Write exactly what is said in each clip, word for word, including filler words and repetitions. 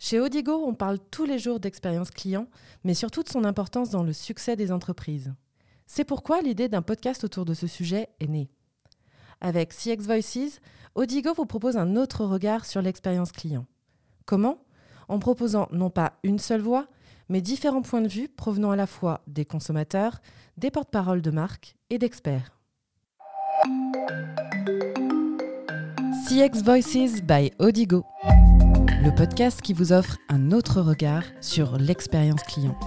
Chez Odigo, on parle tous les jours d'expérience client, mais surtout de son importance dans le succès des entreprises. C'est pourquoi l'idée d'un podcast autour de ce sujet est née. Avec C X Voices, Odigo vous propose un autre regard sur l'expérience client. Comment ? En proposant non pas une seule voix, mais différents points de vue provenant à la fois des consommateurs, des porte-paroles de marques et d'experts. C X Voices by Odigo, le podcast qui vous offre un autre regard sur l'expérience client.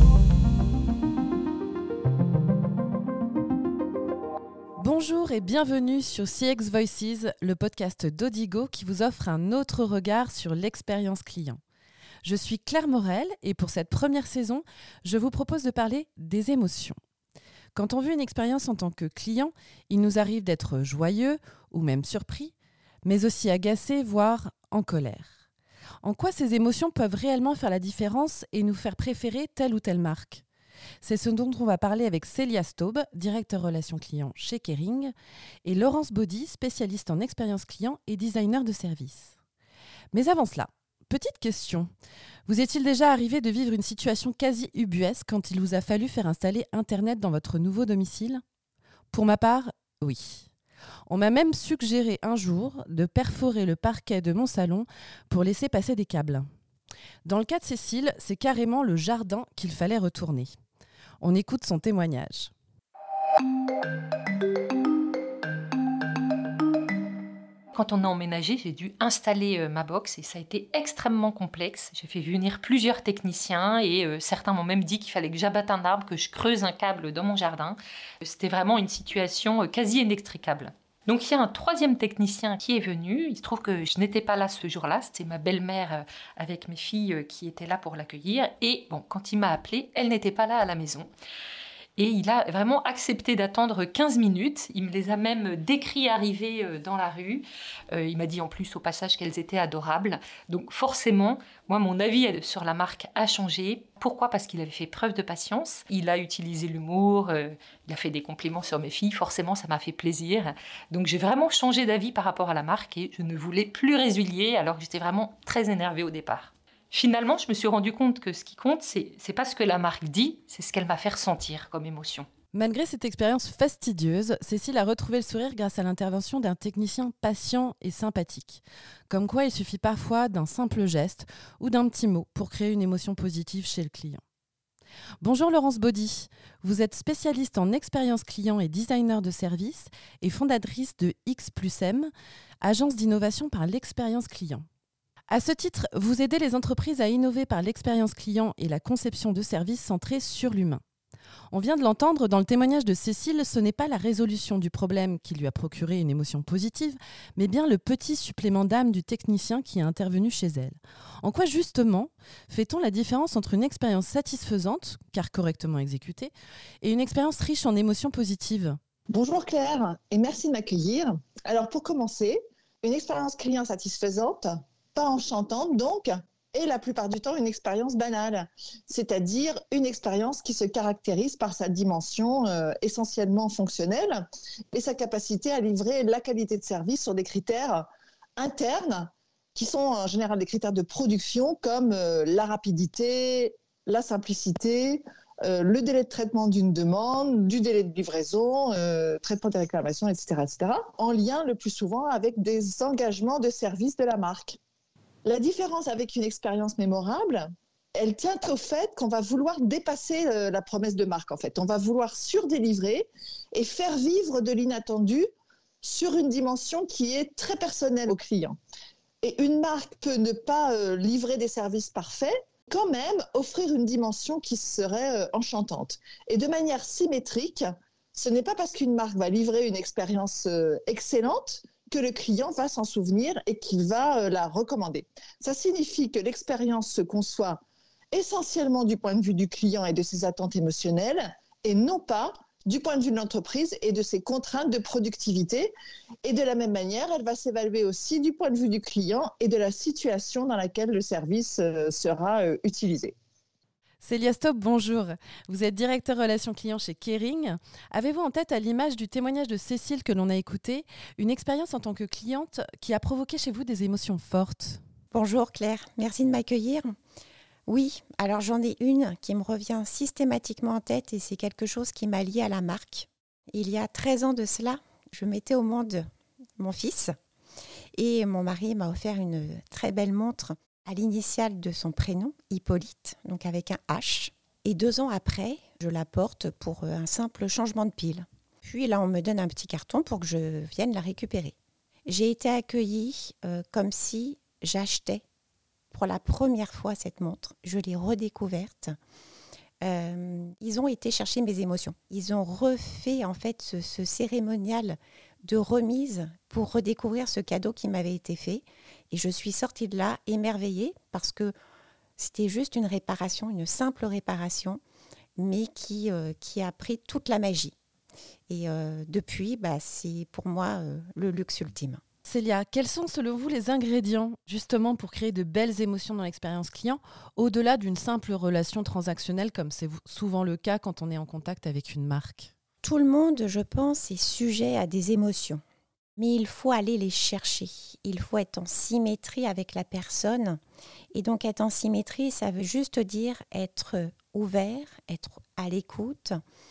Bonjour et bienvenue sur C X Voices, le podcast d'Odigo qui vous offre un autre regard sur l'expérience client. Je suis Claire Morel et pour cette première saison, je vous propose de parler des émotions. Quand on vit une expérience en tant que client, il nous arrive d'être joyeux ou même surpris, mais aussi agacé, voire en colère. En quoi ces émotions peuvent réellement faire la différence et nous faire préférer telle ou telle marque ? C'est ce dont on va parler avec Célia Staub, directeur relations clients chez Kering, et Laurence Baudy, spécialiste en expérience client et designer de service. Mais avant cela, petite question. Vous est-il déjà arrivé de vivre une situation quasi ubuesque quand il vous a fallu faire installer Internet dans votre nouveau domicile ? Pour ma part, oui. On m'a même suggéré un jour de perforer le parquet de mon salon pour laisser passer des câbles. Dans le cas de Cécile, c'est carrément le jardin qu'il fallait retourner. On écoute son témoignage. Quand on a emménagé, j'ai dû installer euh, ma box et ça a été extrêmement complexe. J'ai fait venir plusieurs techniciens et euh, certains m'ont même dit qu'il fallait que j'abatte un arbre, que je creuse un câble dans mon jardin. C'était vraiment une situation euh, quasi inextricable. Donc il y a un troisième technicien qui est venu. Il se trouve que je n'étais pas là ce jour-là. C'était ma belle-mère euh, avec mes filles euh, qui étaient là pour l'accueillir. Et bon, quand il m'a appelée, elle n'était pas là à la maison. Et il a vraiment accepté d'attendre quinze minutes. Il me les a même décrits arriver dans la rue. Euh, il m'a dit en plus au passage qu'elles étaient adorables. Donc forcément, moi, mon avis sur la marque a changé. Pourquoi ? Parce qu'il avait fait preuve de patience. Il a utilisé l'humour. Euh, il a fait des compliments sur mes filles. Forcément, ça m'a fait plaisir. Donc j'ai vraiment changé d'avis par rapport à la marque et je ne voulais plus résilier alors que j'étais vraiment très énervée au départ. Finalement, je me suis rendu compte que ce qui compte, c'est, c'est pas ce que la marque dit, c'est ce qu'elle m'a fait ressentir comme émotion. Malgré cette expérience fastidieuse, Cécile a retrouvé le sourire grâce à l'intervention d'un technicien patient et sympathique. Comme quoi, il suffit parfois d'un simple geste ou d'un petit mot pour créer une émotion positive chez le client. Bonjour Laurence Baudy, vous êtes spécialiste en expérience client et designer de service et fondatrice de X plus M, agence d'innovation par l'expérience client. À ce titre, vous aidez les entreprises à innover par l'expérience client et la conception de services centrés sur l'humain. On vient de l'entendre dans le témoignage de Cécile, ce n'est pas la résolution du problème qui lui a procuré une émotion positive, mais bien le petit supplément d'âme du technicien qui est intervenu chez elle. En quoi justement fait-on la différence entre une expérience satisfaisante, car correctement exécutée, et une expérience riche en émotions positives ? Bonjour Claire, et merci de m'accueillir. Alors pour commencer, une expérience client satisfaisante, pas enchantante donc, et la plupart du temps une expérience banale, c'est-à-dire une expérience qui se caractérise par sa dimension euh, essentiellement fonctionnelle et sa capacité à livrer la qualité de service sur des critères internes qui sont en général des critères de production comme euh, la rapidité, la simplicité, euh, le délai de traitement d'une demande, du délai de livraison, euh, traitement des réclamations, et cetera, et cetera, en lien le plus souvent avec des engagements de service de la marque. La différence avec une expérience mémorable, elle tient au fait qu'on va vouloir dépasser euh, la promesse de marque. En fait, on va vouloir surdélivrer et faire vivre de l'inattendu sur une dimension qui est très personnelle au client. Et une marque peut ne pas euh, livrer des services parfaits, quand même offrir une dimension qui serait euh, enchantante. Et de manière symétrique, ce n'est pas parce qu'une marque va livrer une expérience euh, excellente que le client va s'en souvenir et qu'il va euh, la recommander. Ça signifie que l'expérience se conçoit essentiellement du point de vue du client et de ses attentes émotionnelles et non pas du point de vue de l'entreprise et de ses contraintes de productivité. Et de la même manière, elle va s'évaluer aussi du point de vue du client et de la situation dans laquelle le service euh, sera euh, utilisé. Célia Staub, bonjour. Vous êtes directeur relations clients chez Kering. Avez-vous en tête, à l'image du témoignage de Cécile que l'on a écouté, une expérience en tant que cliente qui a provoqué chez vous des émotions fortes ? Bonjour Claire, merci de m'accueillir. Oui, alors j'en ai une qui me revient systématiquement en tête et c'est quelque chose qui m'a liée à la marque. Il y a treize ans de cela, je mettais au monde mon fils et mon mari m'a offert une très belle montre à l'initiale de son prénom, Hippolyte, donc avec un H. Et deux ans après, je la porte pour un simple changement de pile. Puis là, on me donne un petit carton pour que je vienne la récupérer. J'ai été accueillie euh, comme si j'achetais pour la première fois cette montre. Je l'ai redécouverte. Euh, ils ont été chercher mes émotions. Ils ont refait en fait ce, ce cérémonial de remise pour redécouvrir ce cadeau qui m'avait été fait. Et je suis sortie de là émerveillée parce que c'était juste une réparation, une simple réparation, mais qui, euh, qui a pris toute la magie. Et euh, depuis, bah, c'est pour moi euh, le luxe ultime. Célia, quels sont selon vous les ingrédients justement pour créer de belles émotions dans l'expérience client, au-delà d'une simple relation transactionnelle comme c'est souvent le cas quand on est en contact avec une marque ? Tout le monde, je pense, est sujet à des émotions. Mais il faut aller les chercher. Il faut être en symétrie avec la personne. Et donc être en symétrie, ça veut juste dire être ouvert, être à l'écoute,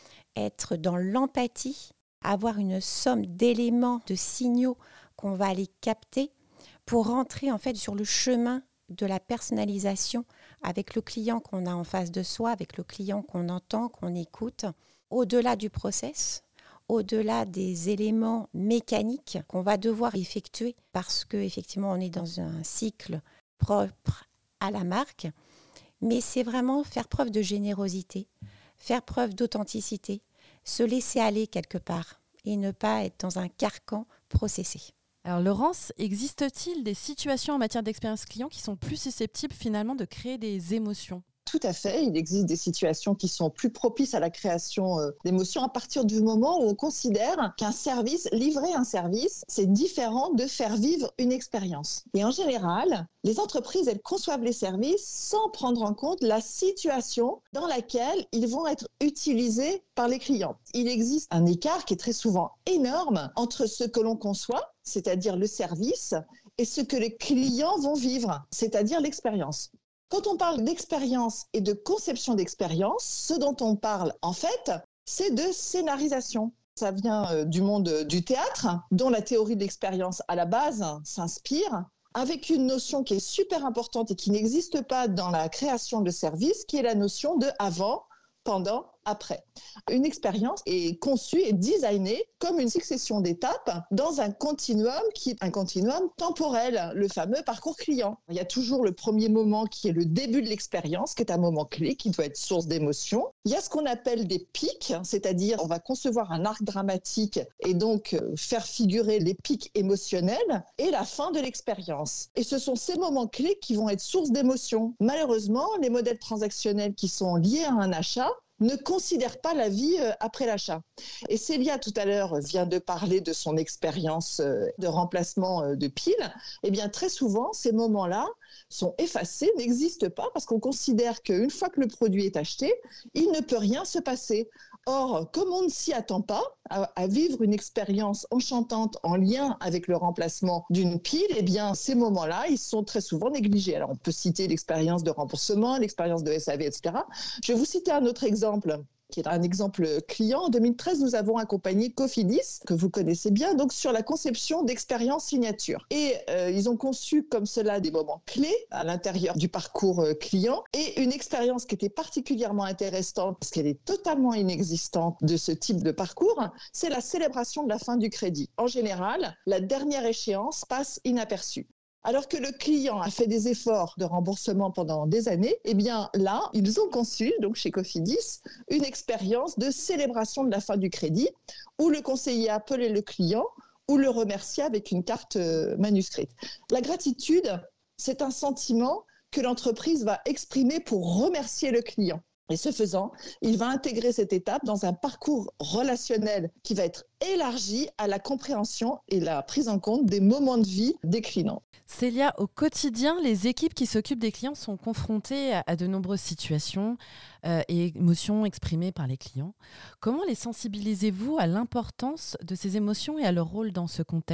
être dans l'empathie, avoir une somme d'éléments, de signaux qu'on va aller capter pour rentrer en fait sur le chemin de la personnalisation avec le client qu'on a en face de soi, avec le client qu'on entend, qu'on écoute, au-delà du process, au-delà des éléments mécaniques qu'on va devoir effectuer parce qu'effectivement on est dans un cycle propre à la marque, mais c'est vraiment faire preuve de générosité, faire preuve d'authenticité, se laisser aller quelque part et ne pas être dans un carcan processé. Alors Laurence, existe-t-il des situations en matière d'expérience client qui sont plus susceptibles finalement de créer des émotions ? Tout à fait, il existe des situations qui sont plus propices à la création euh, d'émotions à partir du moment où on considère qu'un service, livrer un service, c'est différent de faire vivre une expérience. Et en général, les entreprises, elles conçoivent les services sans prendre en compte la situation dans laquelle ils vont être utilisés par les clients. Il existe un écart qui est très souvent énorme entre ce que l'on conçoit, c'est-à-dire le service, et ce que les clients vont vivre, c'est-à-dire l'expérience. Quand on parle d'expérience et de conception d'expérience, ce dont on parle en fait, c'est de scénarisation. Ça vient du monde du théâtre, dont la théorie de l'expérience à la base s'inspire, avec une notion qui est super importante et qui n'existe pas dans la création de services, qui est la notion de avant, pendant, après. Une expérience est conçue et designée comme une succession d'étapes dans un continuum qui est un continuum temporel, le fameux parcours client. Il y a toujours le premier moment qui est le début de l'expérience, qui est un moment clé, qui doit être source d'émotion. Il y a ce qu'on appelle des pics, c'est-à-dire on va concevoir un arc dramatique et donc faire figurer les pics émotionnels et la fin de l'expérience. Et ce sont ces moments clés qui vont être source d'émotion. Malheureusement, les modèles transactionnels qui sont liés à un achat ne considère pas la vie après l'achat. Et Célia, tout à l'heure, vient de parler de son expérience de remplacement de piles. Eh bien, très souvent, ces moments-là sont effacés, n'existent pas, parce qu'on considère qu'une fois que le produit est acheté, il ne peut rien se passer. Or, comme on ne s'y attend pas à, à vivre une expérience enchantante en lien avec le remplacement d'une pile, eh bien, ces moments-là, ils sont très souvent négligés. Alors, on peut citer l'expérience de remboursement, l'expérience de S A V, et cetera. Je vais vous citer un autre exemple, qui est un exemple client. En deux mille treize, nous avons accompagné Cofidis, que vous connaissez bien, donc sur la conception d'expérience signature. Et euh, ils ont conçu comme cela des moments clés à l'intérieur du parcours euh, client et une expérience qui était particulièrement intéressante parce qu'elle est totalement inexistante de ce type de parcours, c'est la célébration de la fin du crédit. En général, la dernière échéance passe inaperçue. Alors que le client a fait des efforts de remboursement pendant des années, eh bien là, ils ont conçu, donc chez Cofidis, une expérience de célébration de la fin du crédit où le conseiller appelait le client ou le remerciait avec une carte manuscrite. La gratitude, c'est un sentiment que l'entreprise va exprimer pour remercier le client. Et ce faisant, il va intégrer cette étape dans un parcours relationnel qui va être élargi à la compréhension et la prise en compte des moments de vie des clients. Célia, au quotidien, les équipes qui s'occupent des clients sont confrontées à de nombreuses situations euh, et émotions exprimées par les clients. Comment les sensibilisez-vous à l'importance de ces émotions et à leur rôle dans ce contexte ?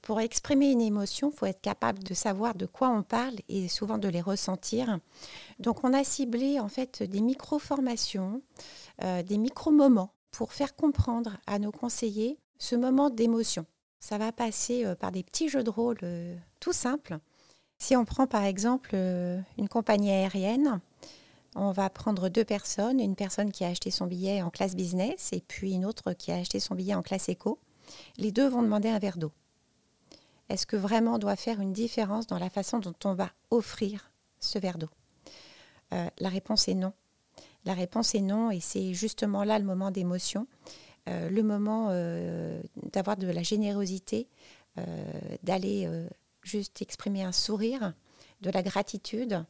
Pour exprimer une émotion, il faut être capable de savoir de quoi on parle et souvent de les ressentir. Donc, on a ciblé en fait des micro-formations, euh, des micro-moments pour faire comprendre à nos conseillers ce moment d'émotion. Ça va passer euh, par des petits jeux de rôle euh, tout simples. Si on prend par exemple euh, une compagnie aérienne, on va prendre deux personnes, une personne qui a acheté son billet en classe business et puis une autre qui a acheté son billet en classe éco. Les deux vont demander un verre d'eau. Est-ce que vraiment on doit faire une différence dans la façon dont on va offrir ce verre d'eau ? euh, La réponse est non. La réponse est non et c'est justement là le moment d'émotion, euh, le moment euh, d'avoir de la générosité, euh, d'aller euh, juste exprimer un sourire, de la gratitude,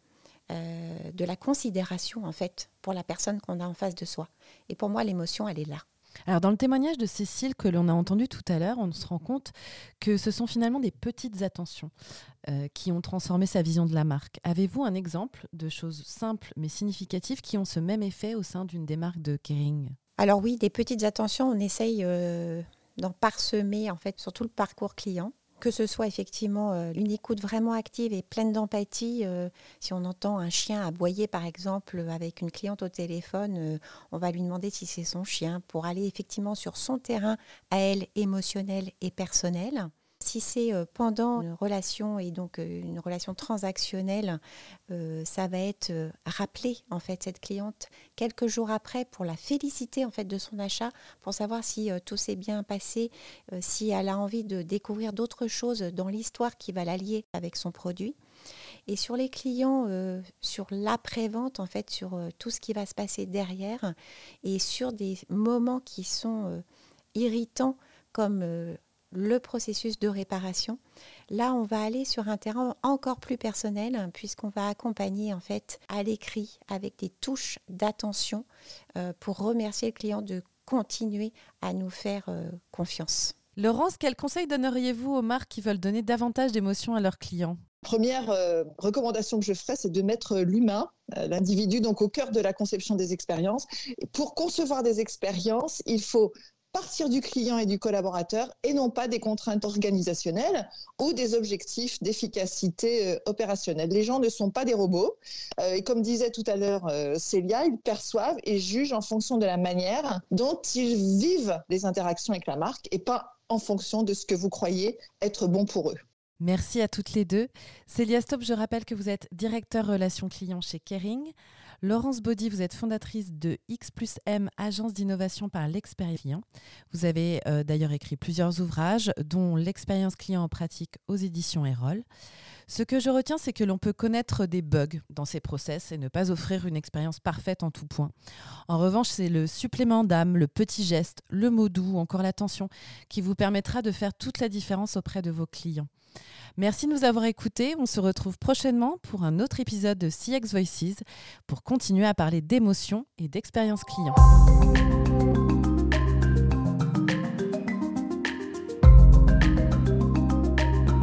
euh, de la considération en fait pour la personne qu'on a en face de soi. Et pour moi, l'émotion, elle est là. Alors, dans le témoignage de Cécile que l'on a entendu tout à l'heure, on se rend compte que ce sont finalement des petites attentions euh, qui ont transformé sa vision de la marque. Avez-vous un exemple de choses simples mais significatives qui ont ce même effet au sein d'une des marques de Kering ? Alors oui, des petites attentions, on essaye euh, d'en parsemer en fait sur tout le parcours client. Que ce soit effectivement euh, une écoute vraiment active et pleine d'empathie. Euh, si on entend un chien aboyer, par exemple, avec une cliente au téléphone, euh, on va lui demander si c'est son chien pour aller effectivement sur son terrain à elle, émotionnel et personnel. Si c'est euh, pendant une relation et donc euh, une relation transactionnelle, euh, ça va être euh, rappeler en fait cette cliente quelques jours après pour la féliciter en fait de son achat, pour savoir si euh, tout s'est bien passé, euh, si elle a envie de découvrir d'autres choses dans l'histoire qui va la lier avec son produit. Et sur les clients, euh, sur l'après-vente en fait, sur euh, tout ce qui va se passer derrière et sur des moments qui sont euh, irritants comme euh, le processus de réparation. Là, on va aller sur un terrain encore plus personnel hein, puisqu'on va accompagner en fait à l'écrit avec des touches d'attention euh, pour remercier le client de continuer à nous faire euh, confiance. Laurence, quel conseil donneriez-vous aux marques qui veulent donner davantage d'émotion à leurs clients ? Première euh, recommandation que je ferais, c'est de mettre l'humain, euh, l'individu, donc au cœur de la conception des expériences. Et pour concevoir des expériences, il faut partir du client et du collaborateur et non pas des contraintes organisationnelles ou des objectifs d'efficacité euh, opérationnelle. Les gens ne sont pas des robots euh, et comme disait tout à l'heure euh, Célia, ils perçoivent et jugent en fonction de la manière dont ils vivent les interactions avec la marque et pas en fonction de ce que vous croyez être bon pour eux. Merci à toutes les deux. Célia Stop, je rappelle que vous êtes directeur relations clients chez Kering. Laurence Baudy, vous êtes fondatrice de X plus M, agence d'innovation par l'expérience client. Vous avez euh, d'ailleurs écrit plusieurs ouvrages, dont l'expérience client en pratique aux éditions Erol. Ce que je retiens, c'est que l'on peut connaître des bugs dans ces process et ne pas offrir une expérience parfaite en tout point. En revanche, c'est le supplément d'âme, le petit geste, le mot doux ou encore l'attention qui vous permettra de faire toute la différence auprès de vos clients. Merci de nous avoir écoutés. On se retrouve prochainement pour un autre épisode de C X Voices pour continuer à parler d'émotions et d'expérience client.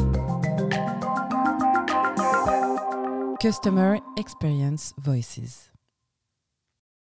Customer Experience Voices.